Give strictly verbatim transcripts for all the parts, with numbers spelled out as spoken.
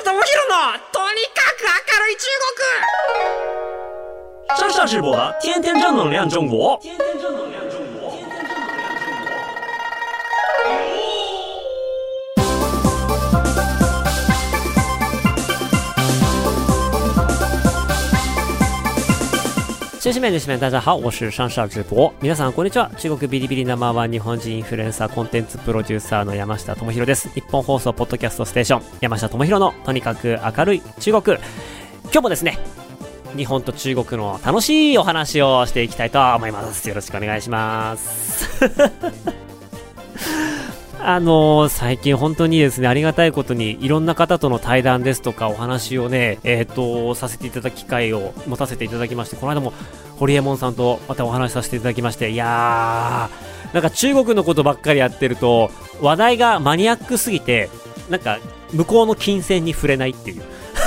智弘のとにかく明るい中国。 上下直播的天天正能量中国。天天正能量中国。 新市面的市面大家好，我是上上直播。皆さんこんにちは。中国ビリビリナンバーワン日本人インフルエンサーコンテンツプロデューサーの山下智博です。日本放送ポッドキャストステーション山下智博のとにかく明るい中国。今日もですね、日本と中国の楽しいお話をしていきたいと思います。よろしくお願いしますあのー、最近本当にですね、ありがたいことにいろんな方との対談ですとかお話をね、えっとさせていただく機会を持たせていただきまして、この間もホリエモンさんとまたお話しさせていただきまして、いやーなんか中国のことばっかりやってると話題がマニアックすぎて、なんか向こうの金銭に触れないっていう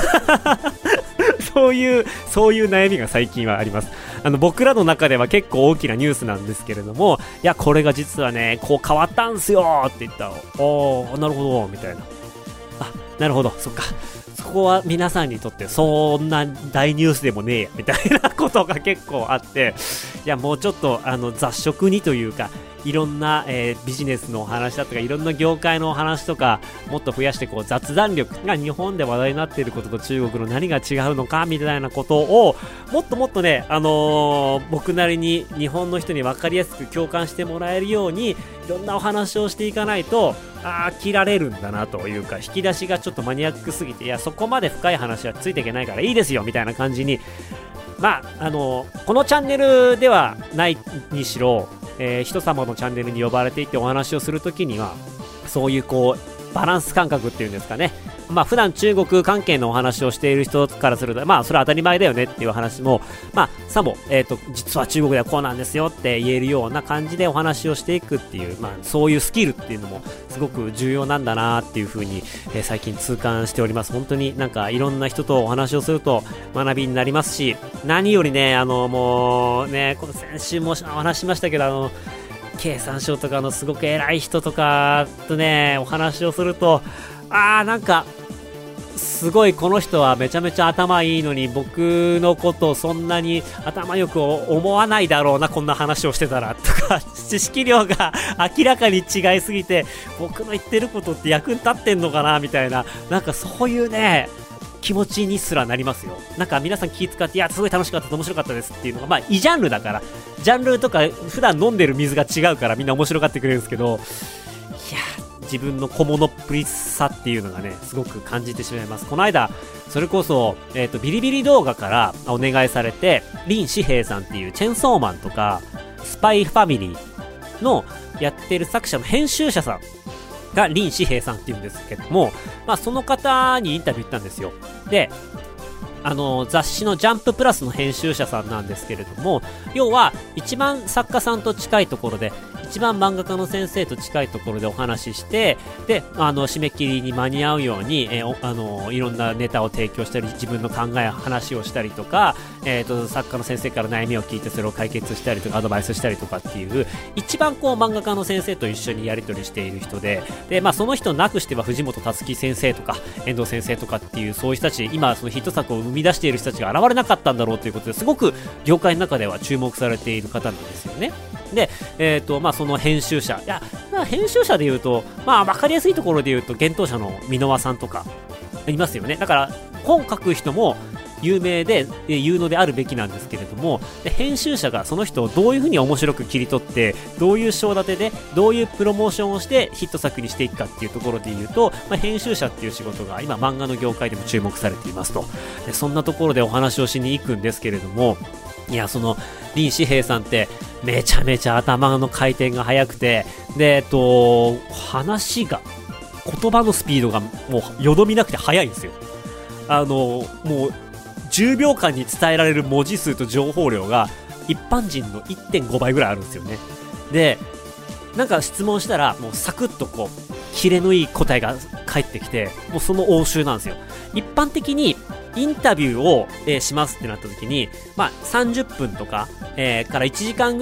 そういうそういう悩みが最近はあります。あの僕らの中では結構大きなニュースなんですけれども、いやこれが実はねこう変わったんすよって言ったら、おーなるほどみたいな、あなるほどそっか、そこは皆さんにとってそんな大ニュースでもねえやみたいなことが結構あって、いやもうちょっとあの雑食にというか、いろんな、えー、ビジネスのお話だとかいろんな業界のお話とかもっと増やして、こう雑談力が日本で話題になっていることと中国の何が違うのかみたいなことをもっともっとね、あのー、僕なりに日本の人に分かりやすく共感してもらえるようにいろんなお話をしていかないとあー切られるんだなというか、引き出しがちょっとマニアックすぎて、いやそこまで深い話はついていけないからいいですよみたいな感じに、まああのー、このチャンネルではないにしろ、えー、人様のチャンネルに呼ばれていてお話をするときにはそういうこうバランス感覚っていうんですかね、まあ普段中国関係のお話をしている人からするとまあそれは当たり前だよねっていう話も、まあさも、えーと実は中国ではこうなんですよって言えるような感じでお話をしていくっていう、まあそういうスキルっていうのもすごく重要なんだなっていうふうに、えー、最近痛感しております。本当になんかいろんな人とお話をすると学びになりますし、何よりねあのもうねこの先週もお話ししましたけど、あの経産省とかのすごく偉い人とかとねお話をすると、あーなんかすごいこの人はめちゃめちゃ頭いいのに僕のことをそんなに頭よく思わないだろうな、こんな話をしてたらとか、知識量が明らかに違いすぎて僕の言ってることって役に立ってんのかなみたいな、なんかそういうね気持ちにすらなりますよ。なんか皆さん気遣って、いやすごい楽しかった面白かったですっていうのが、まあ異ジャンルだから、ジャンルとか普段飲んでる水が違うからみんな面白がってくれるんですけど、いや自分の小物っぷりさっていうのがねすごく感じてしまいます。この間それこそ、えーと、ビリビリ動画からお願いされて、林志平さんっていうチェンソーマンとかスパイファミリーのやってる作者の編集者さんが林志平さんっていうんですけども、まあその方にインタビュー行ったんですよ。であの雑誌のジャンププラスの編集者さんなんですけれども、要は一番作家さんと近いところで、一番漫画家の先生と近いところでお話しして、であの締め切りに間に合うように、えー、あのいろんなネタを提供したり、自分の考え話をしたりとか、えー、と作家の先生から悩みを聞いてそれを解決したりとかアドバイスしたりとかっていう、一番こう漫画家の先生と一緒にやり取りしている人で、で、まあ、その人なくしては藤本つ樹先生とか遠藤先生とかっていうそういう人たち、今そのヒット作を生み出している人たちが現れなかったんだろうということで、すごく業界の中では注目されている方なんですよね。で、えーとまあ、その編集者、いや、まあ、編集者でいうと、まあ、分かりやすいところでいうと幻冬舎の箕輪さんとかいますよね。だから本書く人も有名で有能であるべきなんですけれども、で編集者がその人をどういうふうに面白く切り取って、どういう章立てでどういうプロモーションをしてヒット作にしていくかっていうところでいうと、まあ、編集者っていう仕事が今漫画の業界でも注目されていますと。でそんなところでお話をしに行くんですけれども、いやその林志平さんってめちゃめちゃ頭の回転が速くて、でえっと話が言葉のスピードがもうよどみなくて速いんですよ。あのもうじゅうびょうかんに伝えられる文字数と情報量が一般人の いってんごばいぐらいあるんですよね。でなんか質問したらもうサクッとこうキレのいい答えが返ってきて、もうその応酬なんですよ。一般的にインタビューを、えー、しますってなった時に、まあ、さんじゅっぷんとか、えー、からいちじかんぐらい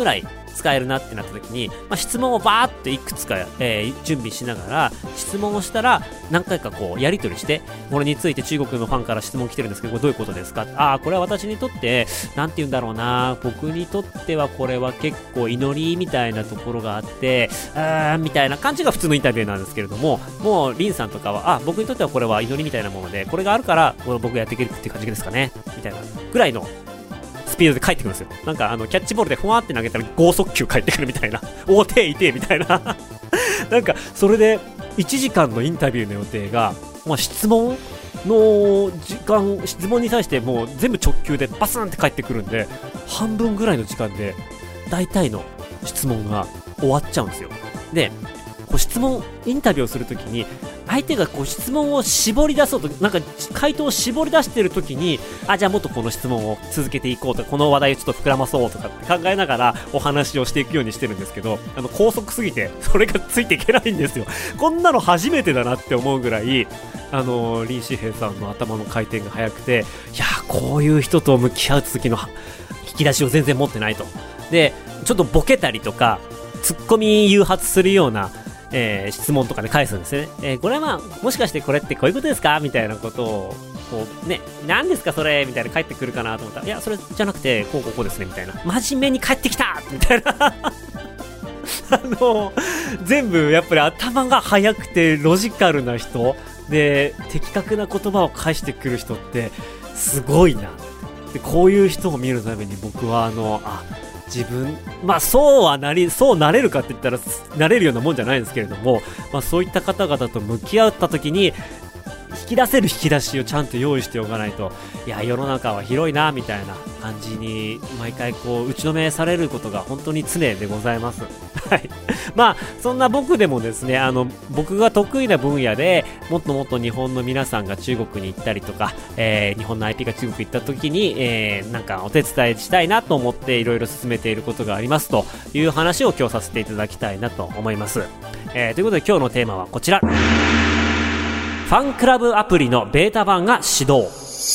使えるなってなった時に、まあ、質問をバーっといくつか、えー、準備しながら質問をしたら何回かこうやり取りして、これについて中国のファンから質問来てるんですけど、これどういうことですか、ああこれは私にとってなんて言うんだろうな、僕にとってはこれは結構祈りみたいなところがあって、あーみたいな感じが普通のインタビューなんですけれども、もうリンさんとかはあ僕にとってはこれは祈りみたいなもので、これがあるからこれ僕がやっていけるっていう感じですかねみたいなぐらいのスピードで帰ってくるんですよ。なんかあのキャッチボールでふわーって投げたら剛速球返ってくるみたいな、おーていていみたいななんかそれでいちじかんのインタビューの予定が、まあ、質問の時間、質問に対してもう全部直球でバスンって返ってくるんで、半分ぐらいの時間で大体の質問が終わっちゃうんですよ。でこう質問インタビューをするときに相手がこう質問を絞り出そうと、なんか回答を絞り出しているときに、あじゃあもっとこの質問を続けていこうとか、この話題をちょっと膨らまそうとかって考えながらお話をしていくようにしてるんですけど、あの高速すぎてそれがついていけないんですよ。こんなの初めてだなって思うぐらい、あの林志平さんの頭の回転が速くて、いやこういう人と向き合う時の引き出しを全然持ってないと。でちょっとボケたりとかツッコミ誘発するようなえー、質問とかで返すんですね。えー、これはもしかしてこれってこういうことですかみたいなことをこうね、何ですかそれみたいな返ってくるかなと思ったら、いやそれじゃなくてこうこうこうですねみたいな、真面目に返ってきたみたいなあの全部やっぱり頭が速くてロジカルな人で的確な言葉を返してくる人ってすごいな。でこういう人を見るために僕はあのあ自分、まあそうはなり、そうなれるかって言ったらなれるようなもんじゃないんですけれども、まあそういった方々と向き合った時に引き出せる引き出しをちゃんと用意しておかないと、いや世の中は広いなみたいな感じに毎回こう打ちのめされることが本当に常でございます。はい。まあそんな僕でもですね、あの僕が得意な分野でもっともっと日本の皆さんが中国に行ったりとか、えー、日本の アイピー が中国行った時に、えー、なんかお手伝いしたいなと思っていろいろ進めていることがありますという話を今日させていただきたいなと思います。えー、ということで今日のテーマはこちら。ファンクラブアプリのベータ版が始動。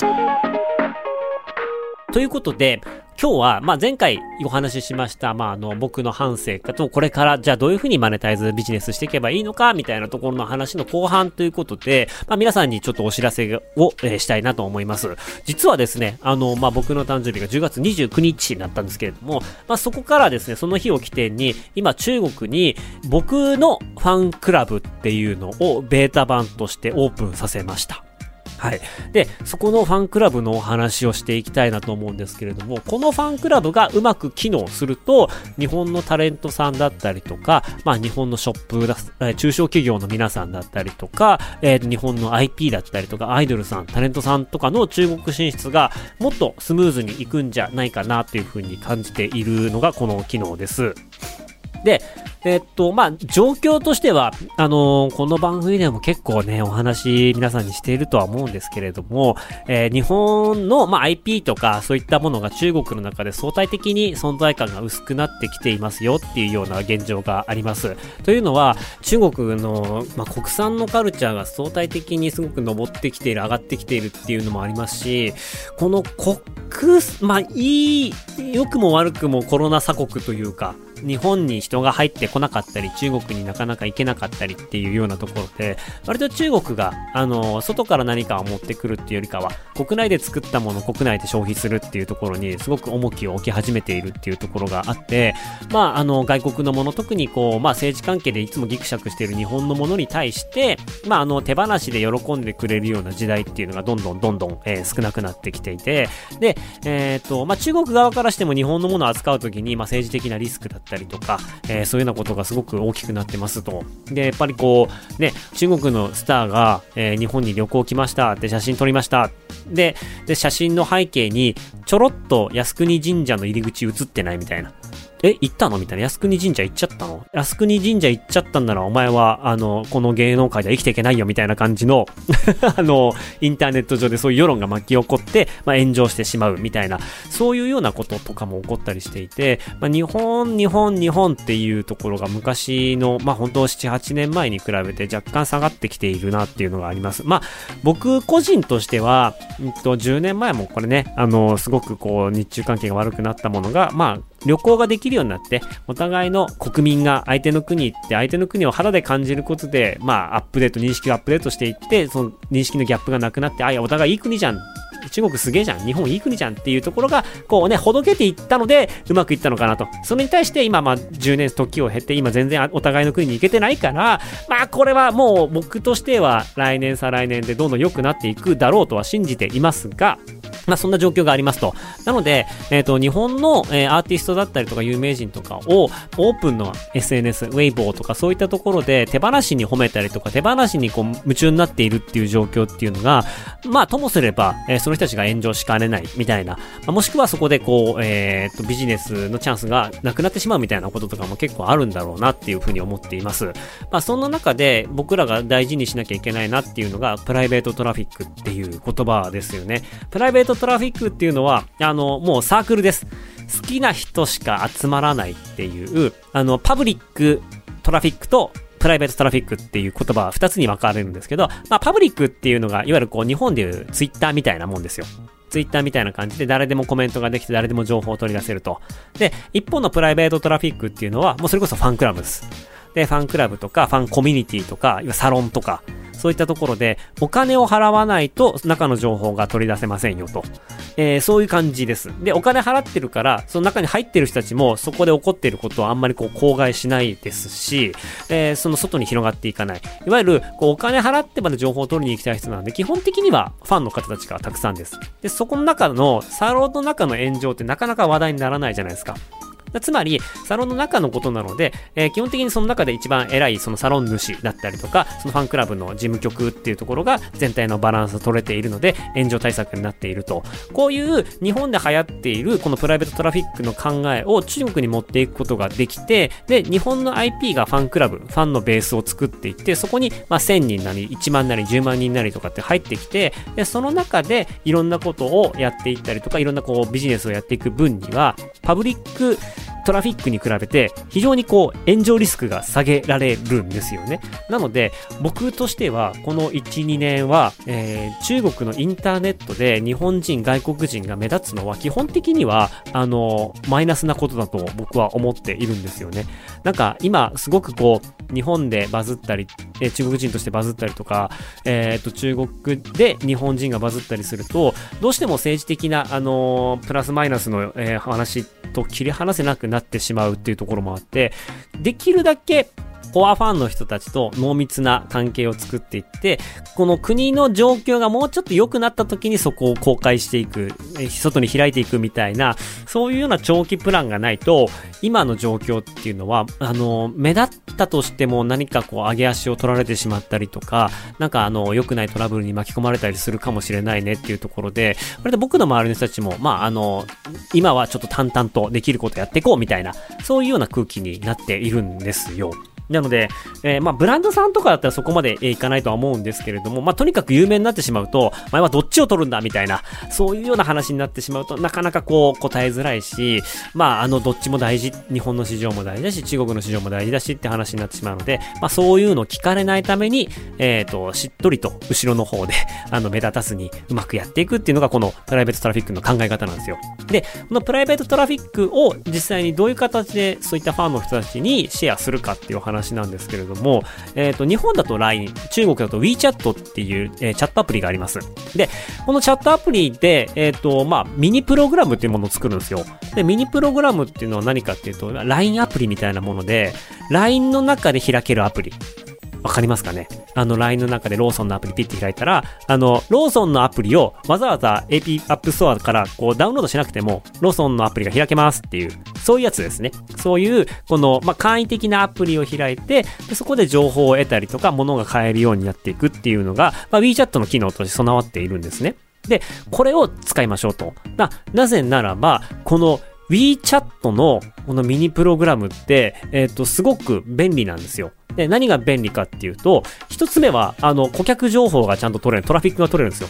ということで、今日は、まあ、前回お話ししました、まあ、あの、僕の反省かと、これからじゃあどういうふうにマネタイズビジネスしていけばいいのか、みたいなところの話の後半ということで、まあ、皆さんにちょっとお知らせを、えー、したいなと思います。実はですね、あの、まあ、僕の誕生日がじゅうがつにじゅうくにちになったんですけれども、まあ、そこからですね、その日を起点に、今中国に僕のファンクラブっていうのをベータ版としてオープンさせました。はい。で、そこのファンクラブのお話をしていきたいなと思うんですけれども、このファンクラブがうまく機能すると、日本のタレントさんだったりとか、まあ日本のショップだ、えー、中小企業の皆さんだったりとか、えー、日本の アイピー だったりとか、アイドルさん、タレントさんとかの中国進出がもっとスムーズにいくんじゃないかなっていうふうに感じているのがこの機能です。で、えっと、まあ、状況としては、あのー、この番組でも結構ね、お話皆さんにしているとは思うんですけれども、えー、日本の、まあ、アイピー とかそういったものが中国の中で相対的に存在感が薄くなってきていますよっていうような現状があります。というのは、中国の、まあ、国産のカルチャーが相対的にすごく上ってきている、上がってきているっていうのもありますし、この国、まあ、いい、良くも悪くもコロナ鎖国というか、日本に人が入ってこなかったり、中国になかなか行けなかったりっていうようなところで、割と中国が、あの、外から何かを持ってくるっていうよりかは、国内で作ったものを国内で消費するっていうところに、すごく重きを置き始めているっていうところがあって、まあ、あの、外国のもの、特にこう、まあ、政治関係でいつもギクシャクしている日本のものに対して、まあ、あの、手放しで喜んでくれるような時代っていうのがどんどんどんどん、えー、少なくなってきていて、で、えっと、まあ、中国側からしても日本のものを扱うときに、まあ、政治的なリスクだったりとか、えー、そういうようなことがすごく大きくなってますと。で、やっぱりこう、ね、中国のスターが、えー、日本に旅行来ましたって写真撮りました。で、で、写真の背景に、ちょろっと靖国神社の入り口映ってないみたいな。え、行ったのみたいな。靖国神社行っちゃったの？靖国神社行っちゃったんならお前は、あの、この芸能界では生きていけないよみたいな感じの、あの、インターネット上でそういう世論が巻き起こって、まあ、炎上してしまうみたいな、そういうようなこととかも起こったりしていて、まあ、日本、日本、日本っていうところが昔の、まあ、本当なな、はちねんまえに比べて若干下がってきているなっていうのがあります。まあ、僕個人としては、うんと、じゅうねんまえもこれね、あの、すごくこう、日中関係が悪くなったものが、まあ、 旅行ができるようになって、お互いの国民が相手の国行って、相手の国を肌で感じることで、まあ、アップデート、認識をアップデートしていって、その認識のギャップがなくなって、あ、いや、お互いいい国じゃん。中国すげえじゃん、日本いい国じゃんっていうところがこうねほどけていったのでうまくいったのかなと。それに対して今まあじゅうねん時を経て今全然お互いの国に行けてないから、まあこれはもう僕としては来年再来年でどんどん良くなっていくだろうとは信じていますが、まあそんな状況がありますと。なので、えっと、日本の、えー、アーティストだったりとか有名人とかをオープンの エスエヌエス、ウェイボーとかそういったところで手放しに褒めたりとか手放しにこう夢中になっているっていう状況っていうのが、まあともすれば、えー、その人たちが炎上しかねないみたいな、まあ、もしくはそこでこう、えー、とビジネスのチャンスがなくなってしまうみたいなこととかも結構あるんだろうなっていうふうに思っています。まあそんな中で僕らが大事にしなきゃいけないなっていうのがプライベートトラフィックっていう言葉ですよね。プライベートトラフィックっていうのはあのもうサークルです。好きな人しか集まらないっていうあのパブリックトラフィックとプライベートトラフィックっていう言葉は二つに分かれるんですけど、まあパブリックっていうのがいわゆるこう日本でいうツイッターみたいなもんですよ。ツイッターみたいな感じで誰でもコメントができて誰でも情報を取り出せると。で、一方のプライベートトラフィックっていうのはもうそれこそファンクラブです。で、ファンクラブとかファンコミュニティとかサロンとかそういったところでお金を払わないと中の情報が取り出せませんよと、えー、そういう感じです。で、お金払ってるからその中に入ってる人たちもそこで起こっていることはあんまりこう口外しないですし、えー、その外に広がっていかない。いわゆるこうお金払ってまで情報を取りに行きたい人なので基本的にはファンの方たちがたくさんです。で、そこの中のサロンの中の炎上ってなかなか話題にならないじゃないですか。つまりサロンの中のことなので、えー、基本的にその中で一番偉いそのサロン主だったりとかそのファンクラブの事務局っていうところが全体のバランスを取れているので炎上対策になっていると。こういう日本で流行っているこのプライベートトラフィックの考えを中国に持っていくことができて、で日本の アイピー がファンクラブファンのベースを作っていってそこにまあせんにんなりいちまんなりじゅうまんにんなりとかって入ってきて、でその中でいろんなことをやっていったりとかいろんなこうビジネスをやっていく分にはパブリックトラフィックに比べて非常にこう炎上リスクが下げられるんですよね。なので僕としてはこの いちにねんは、えー、中国のインターネットで日本人外国人が目立つのは基本的にはあのマイナスなことだと僕は思っているんですよね。なんか今すごくこう日本でバズったり、えー、中国人としてバズったりとか、えー、と中国で日本人がバズったりするとどうしても政治的な、あのー、プラスマイナスの、えー、話と切り離せなくなってしまうっていうところもあって、できるだけコアファンの人たちと濃密な関係を作っていって、この国の状況がもうちょっと良くなった時にそこを公開していく、外に開いていくみたいな、そういうような長期プランがないと、今の状況っていうのは、あの、目立ったとしても何かこう上げ足を取られてしまったりとか、なんかあの、良くないトラブルに巻き込まれたりするかもしれないねっていうところで、これで僕の周りの人たちも、まああの、今はちょっと淡々とできることやっていこうみたいな、そういうような空気になっているんですよ。なので、えー、まあブランドさんとかだったらそこまでいかないとは思うんですけれども、まあとにかく有名になってしまうと、前はどっちを取るんだみたいな、そういうような話になってしまうとなかなかこう答えづらいし、まああのどっちも大事、日本の市場も大事だし中国の市場も大事だしって話になってしまうので、まあそういうのを聞かれないために、えっとしっとりと後ろの方であの目立たずにうまくやっていくっていうのがこのプライベートトラフィックの考え方なんですよ。で、このプライベートトラフィックを実際にどういう形でそういったファンの人たちにシェアするかっていう話なんですけれども、えっと、日本だと ライン、中国だと WeChat っていう、えー、チャットアプリがあります。で、このチャットアプリで、えっと、まあ、ミニプログラムっていうものを作るんですよ。で、ミニプログラムっていうのは何かっていうと、ライン アプリみたいなもので、ライン の中で開けるアプリ。わかりますかね？あの ライン の中でローソンのアプリピッて開いたら、あのローソンのアプリをわざわざ エーピー アップストアからこうダウンロードしなくてもローソンのアプリが開けますっていう、そういうやつですね。そういうこのまあ簡易的なアプリを開いて、でそこで情報を得たりとか物が買えるようになっていくっていうのが、まあ、WeChat の機能として備わっているんですね。で、これを使いましょうと。な、なぜならばこのWeChat のこのミニプログラムって、えっと、すごく便利なんですよ。で、何が便利かっていうと、一つ目は、あの、顧客情報がちゃんと取れる、トラフィックが取れるんですよ。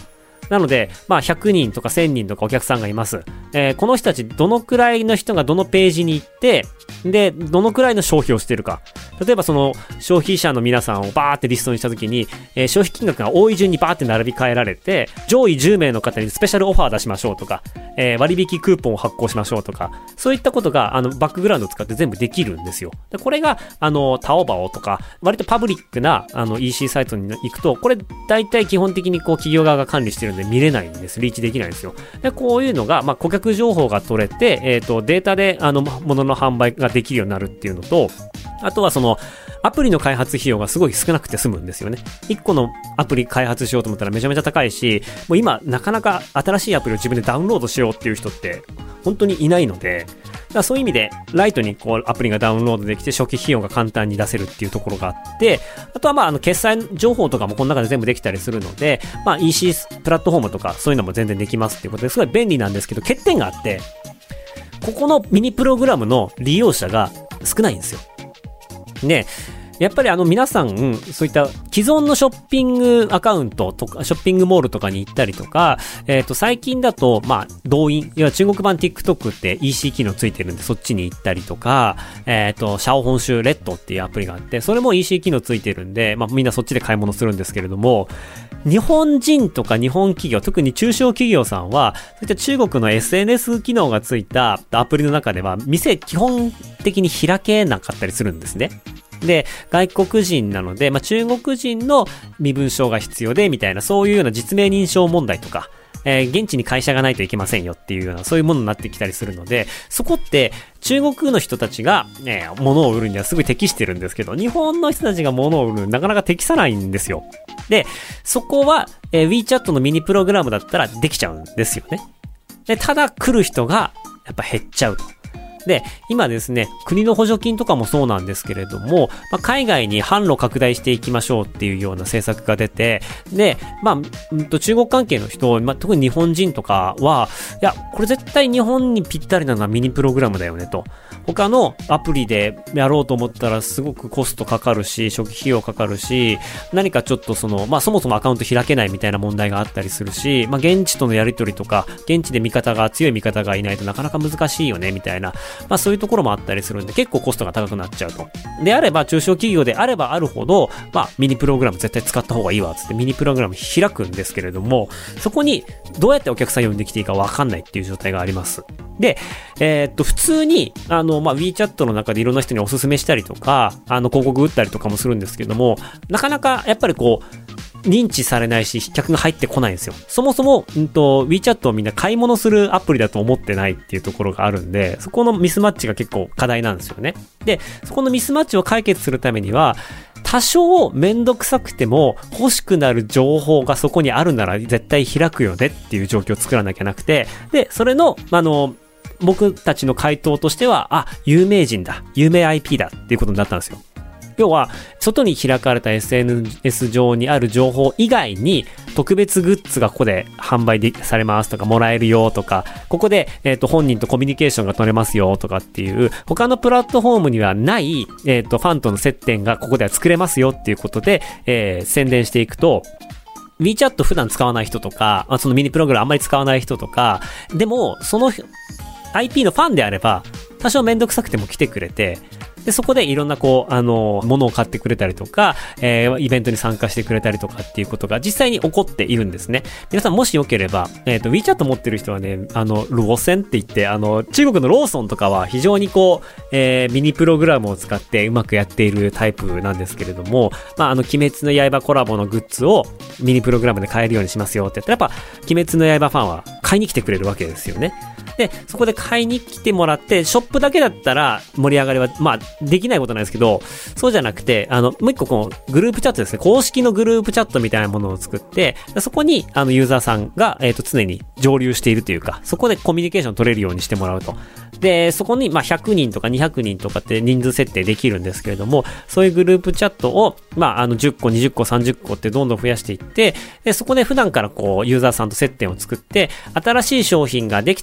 なので、まあひゃくにんとかせんにんとかお客さんがいます。えー、この人たちどのくらいの人がどのページに行って、で、どのくらいの消費をしてるか。例えばその消費者の皆さんをバーってリストにしたときに、えー、消費金額が多い順にバーって並び替えられて、上位じゅうめいの方にスペシャルオファー出しましょうとか、えー、割引クーポンを発行しましょうとか、そういったことがあのバックグラウンドを使って全部できるんですよ。でこれがあのタオバオとか割とパブリックなあの イーシー サイトに行くと、これ大体基本的にこう企業側が管理してるんで見れないんです。リーチできないんですよ。でこういうのが、まあ、顧客情報が取れて、えーと、データであの物の販売ができるようになるっていうのと、あとはそのアプリの開発費用がすごい少なくて済むんですよね。いっこのアプリ開発しようと思ったらめちゃめちゃ高いし、もう今なかなか新しいアプリを自分でダウンロードしようっていう人って本当にいないので、だからそういう意味でライトにこうアプリがダウンロードできて初期費用が簡単に出せるっていうところがあって、あとはまああの決済情報とかもこの中で全部できたりするので、まあ イーシー プラットフォームとかそういうのも全然できますっていうことですごい便利なんですけど、欠点があって、ここのミニプログラムの利用者が少ないんですよ。ね、やっぱりあの皆さん、そういった既存のショッピングアカウントとか、ショッピングモールとかに行ったりとか、えっと、最近だと、まあ、動員、いや中国版 TikTok って イーシー 機能ついてるんで、そっちに行ったりとか、えっと、シャオホンシュレッドっていうアプリがあって、それも イーシー 機能ついてるんで、まあ、みんなそっちで買い物するんですけれども、日本人とか日本企業、特に中小企業さんは、そういった中国の エスエヌエス 機能がついたアプリの中では、店基本的に開けなかったりするんですね。で、外国人なので、まあ、中国人の身分証が必要で、みたいな、そういうような実名認証問題とか、えー、現地に会社がないといけませんよっていうような、そういうものになってきたりするので、そこって中国の人たちが、ね、物を売るにはすごい適してるんですけど、日本の人たちが物を売るのになかなか適さないんですよ。で、そこは、えー、WeChat のミニプログラムだったらできちゃうんですよね。で、ただ来る人がやっぱ減っちゃうと。で、今ですね、国の補助金とかもそうなんですけれども、まあ、海外に販路拡大していきましょうっていうような政策が出て、で、まあ、うんと中国関係の人、まあ、特に日本人とかは、いや、これ絶対日本にぴったりなのはミニプログラムだよねと。他のアプリでやろうと思ったらすごくコストかかるし、初期費用かかるし、何かちょっとその、まあ、そもそもアカウント開けないみたいな問題があったりするし、まあ、現地とのやり取りとか、現地で味方が、強い味方がいないとなかなか難しいよね、みたいな、まあそういうところもあったりするんで、結構コストが高くなっちゃうと。であれば、中小企業であればあるほど、まあミニプログラム絶対使った方がいいわ、つってミニプログラム開くんですけれども、そこにどうやってお客さん呼んできていいかわかんないっていう状態があります。で、えー、っと、普通に、あの、まあ WeChat の中でいろんな人におすすめしたりとか、あの、広告打ったりとかもするんですけども、なかなかやっぱりこう、認知されないし、客が入ってこないんですよ。そもそも、うんと、WeChat をみんな買い物するアプリだと思ってないっていうところがあるんで、そこのミスマッチが結構課題なんですよね。で、そこのミスマッチを解決するためには、多少めんどくさくても欲しくなる情報がそこにあるなら絶対開くよねっていう状況を作らなきゃなくて、で、それの、あの、僕たちの回答としては、あ、有名人だ、有名 アイピー だっていうことになったんですよ。要は、外に開かれた エスエヌエス 上にある情報以外に、特別グッズがここで販売でされますとか、もらえるよとか、ここで、えっと、本人とコミュニケーションが取れますよとかっていう、他のプラットフォームにはない、えっと、ファンとの接点がここでは作れますよっていうことで、えー、宣伝していくと、WeChat 普段使わない人とか、そのミニプログラムあんまり使わない人とか、でも、その アイピー のファンであれば、多少めんどくさくても来てくれて、で、そこでいろんなこう、あの、ものを買ってくれたりとか、えー、イベントに参加してくれたりとかっていうことが実際に起こっているんですね。皆さんもしよければ、えっと、WeChat 持ってる人はね、あの、ローセンって言って、あの、中国のローソンとかは非常にこう、えー、ミニプログラムを使ってうまくやっているタイプなんですけれども、まあ、あの、鬼滅の刃コラボのグッズをミニプログラムで買えるようにしますよってやったら、やっぱ、鬼滅の刃ファンは買いに来てくれるわけですよね。で、そこで買いに来てもらって、ショップだけだったら盛り上がりは、まあ、できないことなんですけど、そうじゃなくて、あの、もう一個このグループチャットですね、公式のグループチャットみたいなものを作って、そこに、あの、ユーザーさんが、えっと、常に上流しているというか、そこでコミュニケーション取れるようにしてもらうと。で、そこに、まあ、ひゃくにんとかにひゃくにんとかって人数設定できるんですけれども、そういうグループチャットを、まあ、あの、じゅっこ、にじゅっこ、さんじゅっこってどんどん増やしていって、で、そこで普段からこう、ユーザーさんと接点を作って、新しい商品ができたよって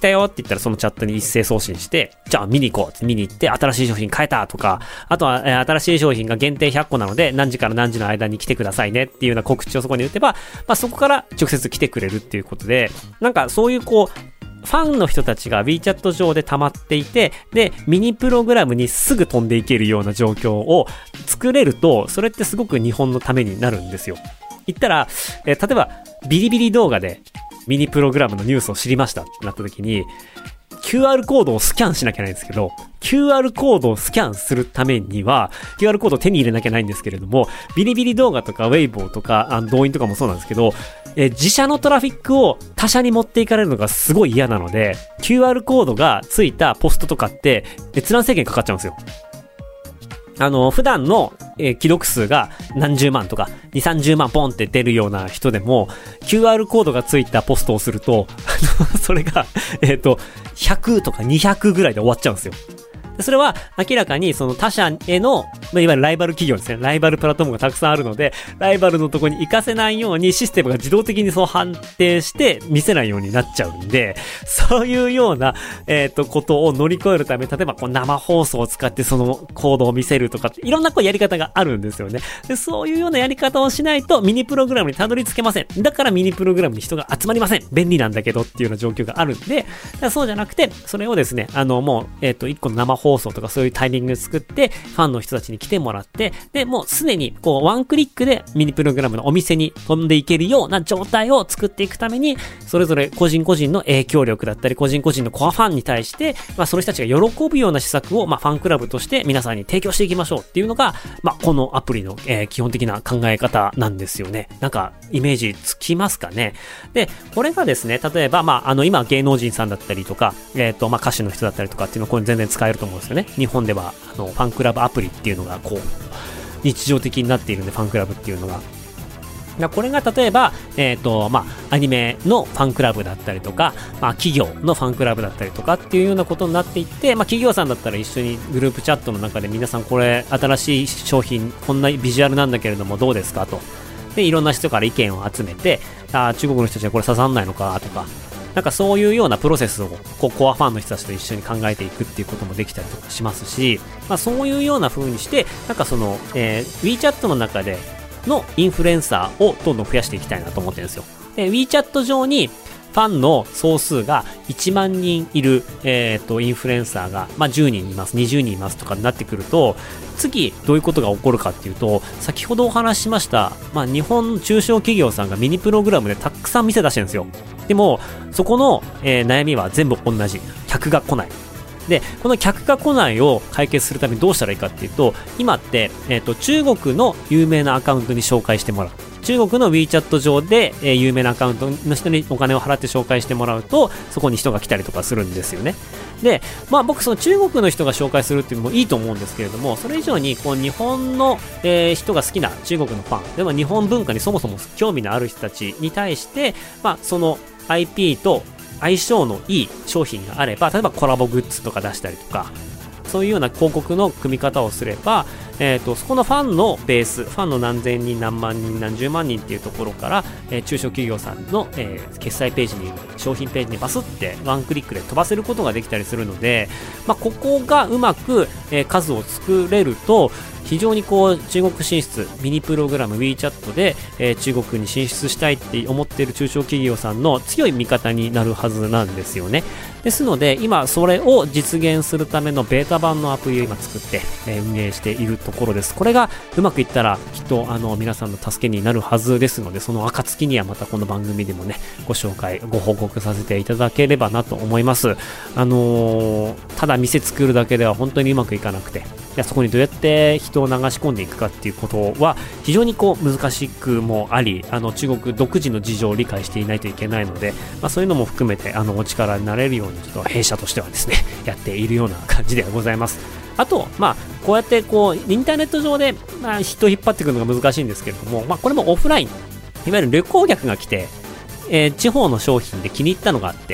言ったらそのチャットに一斉送信して、じゃあ見に行こうって見に行って、新しい商品買えたとか、あとは、えー、新しい商品が限定ひゃっこなので、何時から何時の間に来てくださいねっていうような告知をそこに打てば、まあそこから直接来てくれるっていうことで、なんかそういうこう、ファンの人たちが WeChat 上で溜まっていて、で、ミニプログラムにすぐ飛んでいけるような状況を作れると、それってすごく日本のためになるんですよ。言ったら、えー、例えば、ビリビリ動画でミニプログラムのニュースを知りましたってなった時に、キューアール コードをスキャンしなきゃないんですけど、キューアール コードをスキャンするためには、キューアール コードを手に入れなきゃないんですけれども、ビリビリ動画とかウェイボーとか、あの動員とかもそうなんですけど、え自社のトラフィックを他社に持っていかれるのがすごい嫌なので、キューアール コードがついたポストとかって閲覧制限かかっちゃうんですよ。あの、普段の、えー、既読数が何十万とか、に、さんじゅうまんポンって出るような人でも、キューアール コードがついたポストをすると、それが、えっと、ひゃくとかにひゃくぐらいで終わっちゃうんですよ。それは明らかにその他社への、まあ、いわゆるライバル企業ですね。ライバルプラットフォームがたくさんあるので、ライバルのところに行かせないようにシステムが自動的にそう判定して見せないようになっちゃうんで、そういうような、えっと、ことを乗り越えるため、例えばこう生放送を使ってそのコードを見せるとかって、いろんなこうやり方があるんですよね。で、そういうようなやり方をしないとミニプログラムにたどり着けません。だからミニプログラムに人が集まりません。便利なんだけどっていうような状況があるんで、そうじゃなくて、それをですね、あの、もう、えっと、一個の生放送とかそういうタイミング作って、ファンの人たちに来てもらって、で、もうすでに、こう、ワンクリックでミニプログラムのお店に飛んでいけるような状態を作っていくために、それぞれ個人個人の影響力だったり、個人個人のコアファンに対して、まあ、その人たちが喜ぶような施策を、まあ、ファンクラブとして皆さんに提供していきましょうっていうのが、まあ、このアプリの、えー、基本的な考え方なんですよね。なんか、イメージつきますかね。で、これがですね、例えば、まあ、あの、今、芸能人さんだったりとか、えっと、まあ、歌手の人だったりとかっていうのは、これ全然使えると思うんですよね。日本では、あの、ファンクラブアプリっていうのが、こう、日常的になっているんで、ファンクラブっていうのが。これが例えば、えっと、まあ、アニメのファンクラブだったりとか、まあ、企業のファンクラブだったりとかっていうようなことになっていって、まあ、企業さんだったら一緒にグループチャットの中で皆さんこれ新しい商品、こんなビジュアルなんだけれどもどうですかと。で、いろんな人から意見を集めて、あ、中国の人たちはこれ刺さんないのかとか、なんかそういうようなプロセスをこうコアファンの人たちと一緒に考えていくっていうこともできたりとかしますし、まあ、そういうような風にして、なんかその、えー、WeChat の中でのインフルエンサーをどんどん増やしていきたいなと思ってるんですよ。で、WeChat 上にファンの総数がいちまんにんいる、えっと、インフルエンサーが、まあ、じゅうにんいます、にじゅうにんいますとかになってくると、次どういうことが起こるかっていうと、先ほどお話ししました、まあ、日本中小企業さんがミニプログラムでたくさん店出してるんですよ。でも、そこの、えー、悩みは全部同じ。客が来ない。で、この客が来ないを解決するためにどうしたらいいかっていうと、今って、えっと、中国の有名なアカウントに紹介してもらう。中国の WeChat 上で、えー、有名なアカウントの人にお金を払って紹介してもらうと、そこに人が来たりとかするんですよね。で、まあ僕その中国の人が紹介するっていうのもいいと思うんですけれども、それ以上にこう日本の、えー、人が好きな中国のファン、でも日本文化にそもそも興味のある人たちに対して、まあその アイピー と相性のいい商品があれば、例えばコラボグッズとか出したりとか、そういうような広告の組み方をすれば、えーと、そこのファンのベース、ファンの何千人、何万人、何十万人っていうところから、えー、中小企業さんの、えー、決済ページに、商品ページにバスってワンクリックで飛ばせることができたりするので、まあ、ここがうまく、えー、数を作れると、非常にこう中国進出、ミニプログラム WeChat で、えー、中国に進出したいって思っている中小企業さんの強い味方になるはずなんですよね。ですので今それを実現するためのベータ版のアプリを今作って、えー、運営しているところです。これがうまくいったらきっとあの皆さんの助けになるはずですので、その暁にはまたこの番組でもねご紹介ご報告させていただければなと思います。あのー、ただ店作るだけでは本当にうまくいかなくて、いやそこにどうやって人を流し込んでいくかっていうことは非常にこう難しくもあり、あの中国独自の事情を理解していないといけないので、まあ、そういうのも含めてあのお力になれるようにちょっと弊社としてはですねやっているような感じではございます。あと、まあ、こうやってこうインターネット上で、まあ、人を引っ張っていくのが難しいんですけれども、まあ、これもオフライン、いわゆる旅行客が来て、えー、地方の商品で気に入ったのがあって、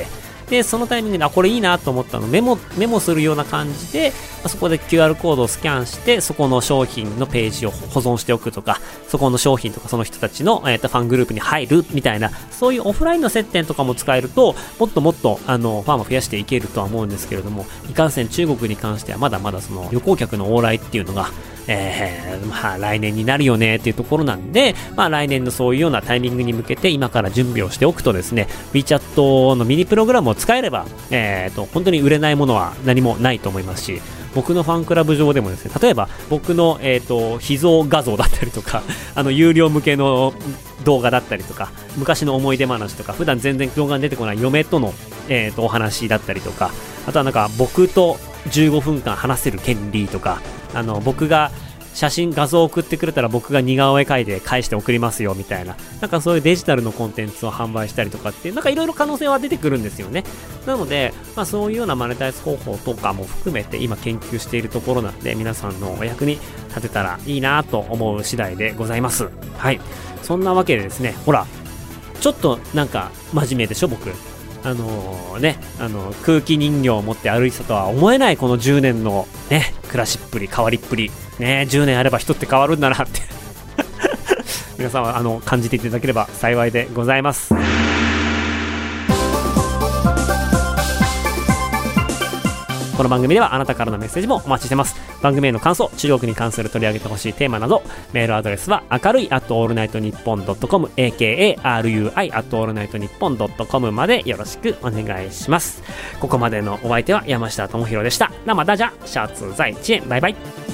でそのタイミングであこれいいなと思ったのメモメモするような感じで、まあ、そこで キューアール コードをスキャンしてそこの商品のページを保存しておくとか、そこの商品とかその人たちの、えー、とファングループに入るみたいな、そういうオフラインの接点とかも使えるともっともっとあのファンを増やしていけるとは思うんですけれども、いかんせん中国に関してはまだまだその旅行客の往来っていうのがえー、まあ来年になるよねっていうところなんで、まあ来年のそういうようなタイミングに向けて今から準備をしておくとですね、WeChat のミニプログラムを使えれば、えーと、本当に売れないものは何もないと思いますし、僕のファンクラブ上でもですね、例えば僕の、えーと、秘蔵画像だったりとか、あの有料向けの動画だったりとか、昔の思い出話とか、普段全然動画に出てこない嫁との、えーと、お話だったりとか、あとはなんか僕とじゅうごふんかん話せる権利とか、あの僕が写真画像を送ってくれたら僕が似顔絵描いて返して送りますよみたいな、なんかそういうデジタルのコンテンツを販売したりとかっていう、なんかいろいろ可能性は出てくるんですよね。なので、まあ、そういうようなマネタイズ方法とかも含めて今研究しているところなんで、皆さんのお役に立てたらいいなと思う次第でございます。はい、そんなわけでですね、ほらちょっとなんか真面目でしょ僕。あのー、ね、あの空気人形を持って歩いてたとは思えないこのじゅうねんのね暮らしっぷり、変わりっぷりね、じゅうねんあれば人って変わるんだなって皆さんはあの感じていただければ幸いでございます。この番組ではあなたからのメッセージもお待ちしてます。番組への感想、中国に関する取り上げてほしいテーマなど、メールアドレスは明るい アットオールナイトニッポンドットコム エーケーエーアールユーアイ アットオールナイトニッポンドットコム までよろしくお願いします。ここまでのお相手は山下智博でした。那么大家下次再见、バイバイ。